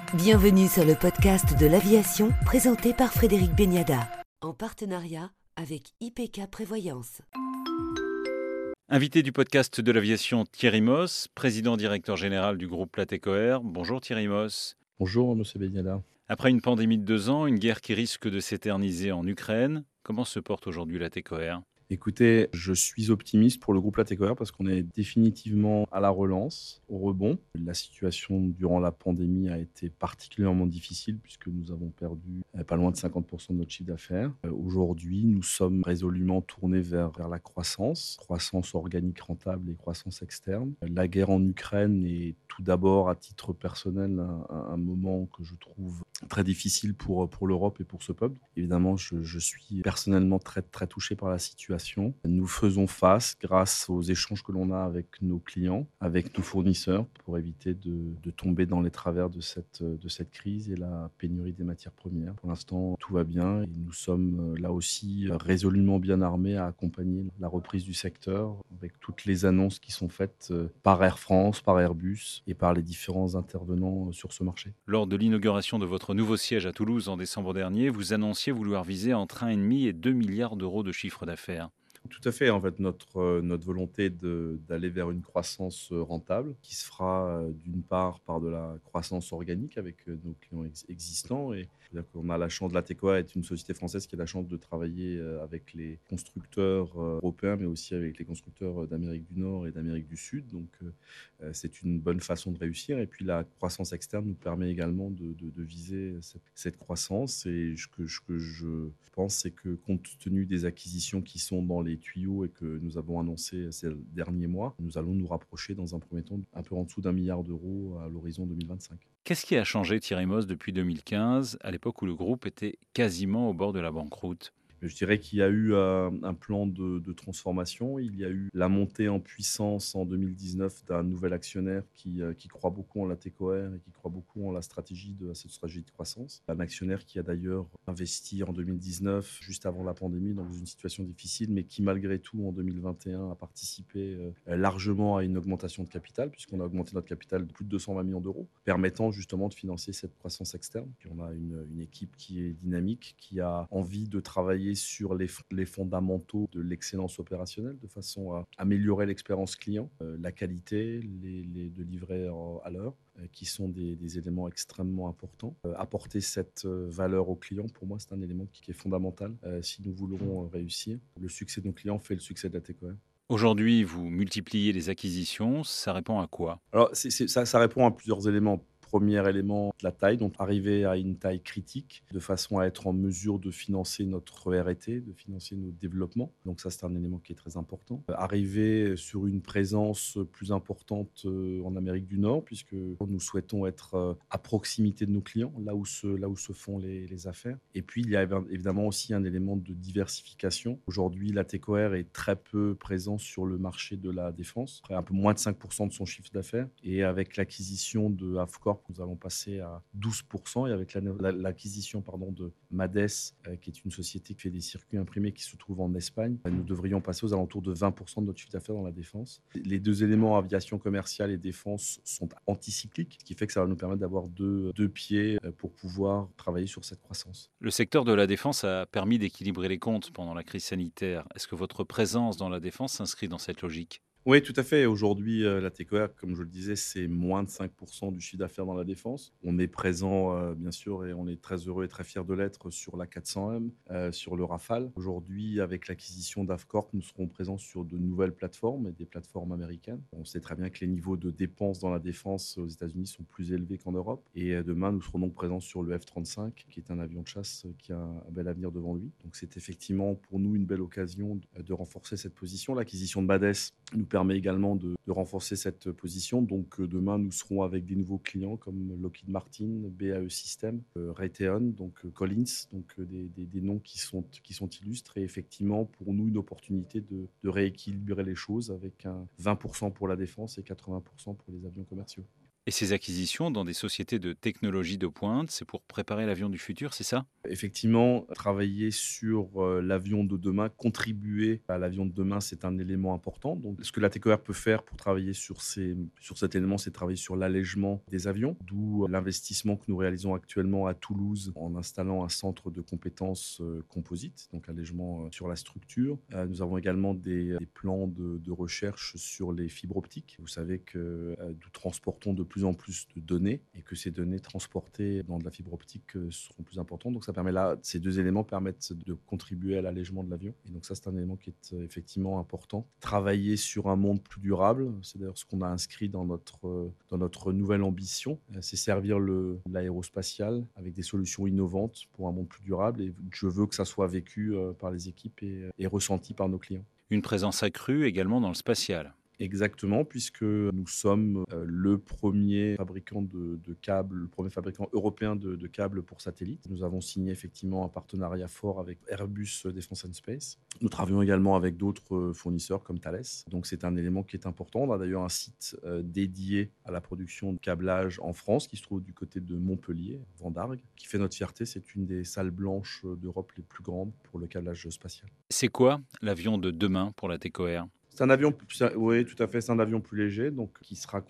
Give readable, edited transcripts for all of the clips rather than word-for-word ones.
Bienvenue sur le podcast de l'aviation présenté par Frédéric Beniada, en partenariat avec IPK Prévoyance. Invité du podcast de l'aviation Thierry Moss, président-directeur général du groupe Latécoère. Bonjour Thierry Moss. Bonjour Monsieur Beniada. Après une pandémie de 2 ans, une guerre qui risque de s'éterniser en Ukraine, comment se porte aujourd'hui Latécoère ? Écoutez, je suis optimiste pour le groupe Latécoère parce qu'on est définitivement à la relance, au rebond. La situation durant la pandémie a été particulièrement difficile puisque nous avons perdu pas loin de 50% de notre chiffre d'affaires. Aujourd'hui, nous sommes résolument tournés vers la croissance organique rentable et croissance externe. La guerre en Ukraine est tout d'abord, à titre personnel, un moment que je trouve très difficile pour l'Europe et pour ce peuple. Évidemment, je suis personnellement très touché par la situation. Nous faisons face grâce aux échanges que l'on a avec nos clients, avec nos fournisseurs, pour éviter de tomber dans les travers de cette crise et la pénurie des matières premières. Pour l'instant, tout va bien et nous sommes là aussi résolument bien armés à accompagner la reprise du secteur avec toutes les annonces qui sont faites par Air France, par Airbus et par les différents intervenants sur ce marché. Lors de l'inauguration de votre nouveau siège à Toulouse en décembre dernier, vous annonciez vouloir viser entre 1,5 et 2 milliards d'euros de chiffre d'affaires. Tout à fait. En fait, notre volonté d'aller vers une croissance rentable qui se fera d'une part par de la croissance organique avec nos clients existants. Et c'est-à-dire qu'on a la chance, Latécoère est une société française qui a la chance de travailler avec les constructeurs européens, mais aussi avec les constructeurs d'Amérique du Nord et d'Amérique du Sud. Donc, c'est une bonne façon de réussir. Et puis, la croissance externe nous permet également de viser cette croissance. Et ce que je pense, c'est que compte tenu des acquisitions qui sont dans les tuyaux et que nous avons annoncé ces derniers mois, nous allons nous rapprocher dans un premier temps un peu en dessous d'1 milliard d'euros à l'horizon 2025. Qu'est-ce qui a changé Thierry Moss depuis 2015, à l'époque où le groupe était quasiment au bord de la banqueroute ? Je dirais qu'il y a eu un plan de transformation. Il y a eu la montée en puissance en 2019 d'un nouvel actionnaire qui croit beaucoup en Latécoère et qui croit beaucoup en cette stratégie de croissance. Un actionnaire qui a d'ailleurs investi en 2019, juste avant la pandémie, dans une situation difficile, mais qui malgré tout, en 2021, a participé largement à une augmentation de capital, puisqu'on a augmenté notre capital de plus de 220 millions d'euros, permettant justement de financer cette croissance externe. Puis on a une équipe qui est dynamique, qui a envie de travailler sur les fondamentaux de l'excellence opérationnelle de façon à améliorer l'expérience client, la qualité, de livrer à l'heure, qui sont des éléments extrêmement importants. Apporter cette valeur aux clients, pour moi, c'est un élément qui est fondamental si nous voulons réussir. Le succès de nos clients fait le succès de Latécoère. Aujourd'hui, vous multipliez les acquisitions, ça répond à quoi ? Alors, ça répond à plusieurs éléments. Premier élément, la taille, donc arriver à une taille critique de façon à être en mesure de financer notre R&T, de financer nos développements. Donc ça, c'est un élément qui est très important. Arriver sur une présence plus importante en Amérique du Nord, puisque nous souhaitons être à proximité de nos clients, là où se font les affaires. Et puis, il y a évidemment aussi un élément de diversification. Aujourd'hui, Latécoère est très peu présent sur le marché de la défense, un peu moins de 5% de son chiffre d'affaires. Et avec l'acquisition de Avcorp, nous allons passer à 12%. Et avec l'acquisition de Mades, qui est une société qui fait des circuits imprimés qui se trouve en Espagne, nous devrions passer aux alentours de 20% de notre chiffre d'affaires dans la défense. Les deux éléments, aviation commerciale et défense, sont anticycliques, ce qui fait que ça va nous permettre d'avoir deux pieds pour pouvoir travailler sur cette croissance. Le secteur de la défense a permis d'équilibrer les comptes pendant la crise sanitaire. Est-ce que votre présence dans la défense s'inscrit dans cette logique ? Oui, tout à fait. Aujourd'hui, Latécoère, comme je le disais, c'est moins de 5% du chiffre d'affaires dans la défense. On est présent, bien sûr, et on est très heureux et très fiers de l'être sur l'A400M, sur le Rafale. Aujourd'hui, avec l'acquisition d'Avcorp, nous serons présents sur de nouvelles plateformes et des plateformes américaines. On sait très bien que les niveaux de dépenses dans la défense aux États-Unis sont plus élevés qu'en Europe. Et demain, nous serons donc présents sur le F-35, qui est un avion de chasse qui a un bel avenir devant lui. Donc, c'est effectivement pour nous une belle occasion de renforcer cette position. L'acquisition de Mades nous permet également de renforcer cette position. Donc demain, nous serons avec des nouveaux clients comme Lockheed Martin, BAE Systems, Raytheon, donc Collins, donc des noms qui sont illustres. Et effectivement, pour nous, une opportunité de rééquilibrer les choses avec un 20% pour la défense et 80% pour les avions commerciaux. Et ces acquisitions dans des sociétés de technologie de pointe, c'est pour préparer l'avion du futur, c'est ça? Effectivement, travailler sur l'avion de demain, contribuer à l'avion de demain, c'est un élément important. Donc, ce que la TER peut faire pour travailler sur cet élément, c'est travailler sur l'allègement des avions, d'où l'investissement que nous réalisons actuellement à Toulouse en installant un centre de compétences composites, donc allègement sur la structure. Nous avons également des plans de recherche sur les fibres optiques. Vous savez que nous transportons de plus en plus de données et que ces données transportées dans de la fibre optique seront plus importantes. Donc, ces deux éléments permettent de contribuer à l'allègement de l'avion. Et donc ça, c'est un élément qui est effectivement important. Travailler sur un monde plus durable, c'est d'ailleurs ce qu'on a inscrit dans notre nouvelle ambition. C'est servir l'aérospatial avec des solutions innovantes pour un monde plus durable. Et je veux que ça soit vécu par les équipes et ressenti par nos clients. Une présence accrue également dans le spatial. Exactement, puisque nous sommes le premier fabricant de câbles, le premier fabricant européen de câbles pour satellites. Nous avons signé effectivement un partenariat fort avec Airbus Defence and Space. Nous travaillons également avec d'autres fournisseurs comme Thales. Donc c'est un élément qui est important. On a d'ailleurs un site dédié à la production de câblage en France qui se trouve du côté de Montpellier, Vendargues, qui fait notre fierté. C'est une des salles blanches d'Europe les plus grandes pour le câblage spatial. C'est quoi l'avion de demain pour la TER? C'est un avion, oui, tout à fait. C'est un avion plus léger, donc qui sera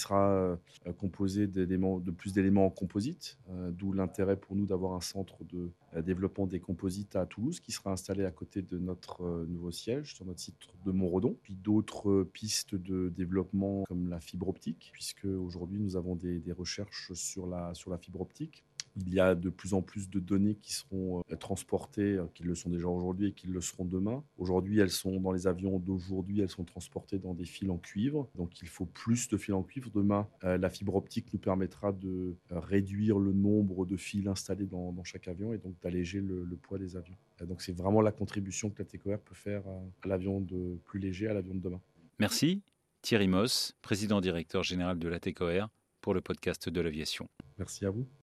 composé de plus d'éléments en composite, d'où l'intérêt pour nous d'avoir un centre de développement des composites à Toulouse, qui sera installé à côté de notre nouveau siège, sur notre site de Montredon. Puis d'autres pistes de développement comme la fibre optique, puisque aujourd'hui nous avons des recherches sur la fibre optique. Il y a de plus en plus de données qui seront transportées, qui le sont déjà aujourd'hui et qui le seront demain. Aujourd'hui, elles sont dans les avions d'aujourd'hui, elles sont transportées dans des fils en cuivre. Donc, il faut plus de fils en cuivre. Demain, la fibre optique nous permettra de réduire le nombre de fils installés dans chaque avion et donc d'alléger le poids des avions. Donc, c'est vraiment la contribution que la TER peut faire à l'avion plus léger, à l'avion de demain. Merci Thierry Moss, président directeur général de la TER, pour le podcast de l'aviation. Merci à vous.